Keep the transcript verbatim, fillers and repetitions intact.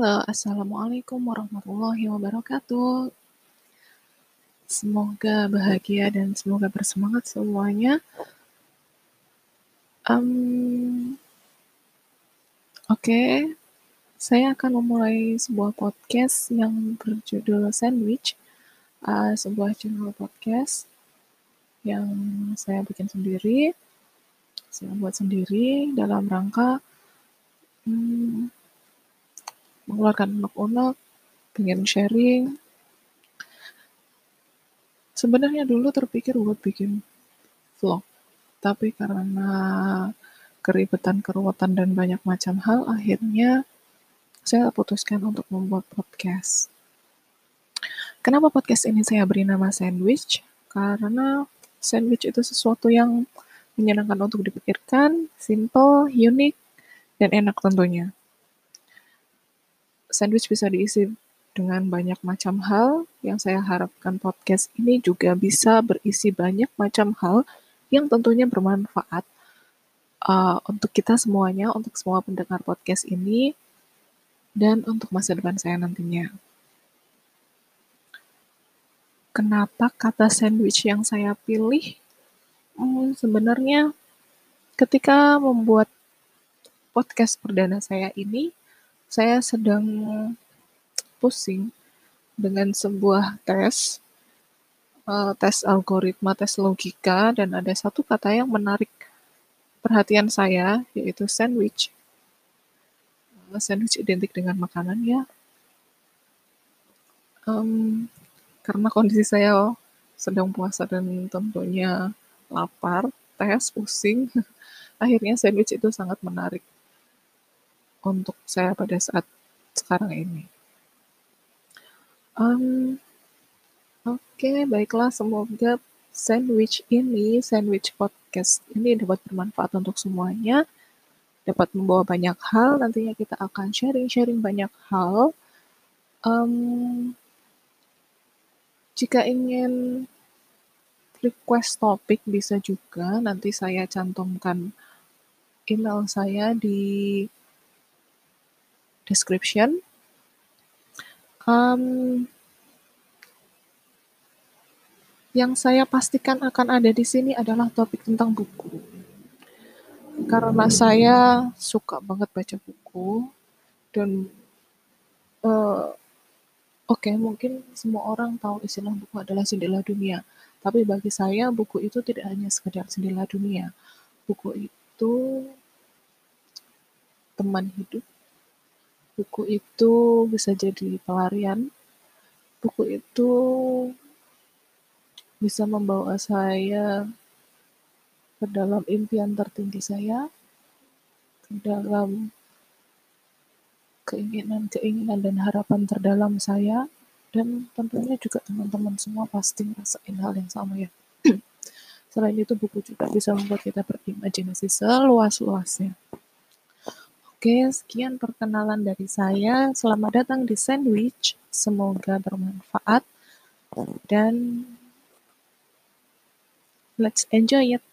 Halo, assalamualaikum warahmatullahi wabarakatuh. Semoga bahagia dan semoga bersemangat semuanya. Um, Oke, saya akan memulai sebuah podcast yang berjudul Sandwich, uh, sebuah channel podcast yang saya bikin sendiri, saya buat sendiri dalam rangka um, mengeluarkan unek-unek, pengen sharing. Sebenarnya dulu terpikir buat bikin vlog, tapi karena keribetan, keruwetan, dan banyak macam hal, akhirnya saya putuskan untuk membuat podcast. Kenapa podcast ini saya beri nama Sandwich? Karena sandwich itu sesuatu yang menyenangkan untuk dipikirkan, simple, unik, dan enak tentunya. Sandwich bisa diisi dengan banyak macam hal, yang saya harapkan podcast ini juga bisa berisi banyak macam hal yang tentunya bermanfaat uh, untuk kita semuanya, untuk semua pendengar podcast ini, dan untuk masa depan saya nantinya. Kenapa kata sandwich yang saya pilih? Hmm, sebenarnya ketika membuat podcast perdana saya ini, saya sedang pusing dengan sebuah tes, uh, tes algoritma, tes logika, dan ada satu kata yang menarik perhatian saya, yaitu sandwich. Uh, sandwich identik dengan makanan ya. Um, karena kondisi saya sedang puasa dan tentunya lapar, tes, pusing, akhirnya sandwich itu sangat menarik untuk saya pada saat sekarang ini. Um, Oke, okay, baiklah, semoga sandwich ini, sandwich podcast ini dapat bermanfaat untuk semuanya, dapat membawa banyak hal, nantinya kita akan sharing-sharing banyak hal. Um, jika ingin request topik bisa juga, nanti saya cantumkan email saya di description. Um, yang saya pastikan akan ada di sini adalah topik tentang buku. Karena saya suka banget baca buku dan uh, oke okay, mungkin semua orang tahu istilah buku adalah jendela dunia. Tapi bagi saya buku itu tidak hanya sekedar jendela dunia. Buku itu teman hidup. Buku itu bisa jadi pelarian. Buku itu bisa membawa saya ke dalam impian tertinggi saya, ke dalam keinginan-keinginan dan harapan terdalam saya, dan tentunya juga teman-teman semua pasti ngerasain hal yang sama ya. Selain itu, buku juga bisa membuat kita berimajinasi seluas-luasnya. Oke, sekian perkenalan dari saya. Selamat datang di Sandwich. Semoga bermanfaat dan let's enjoy it.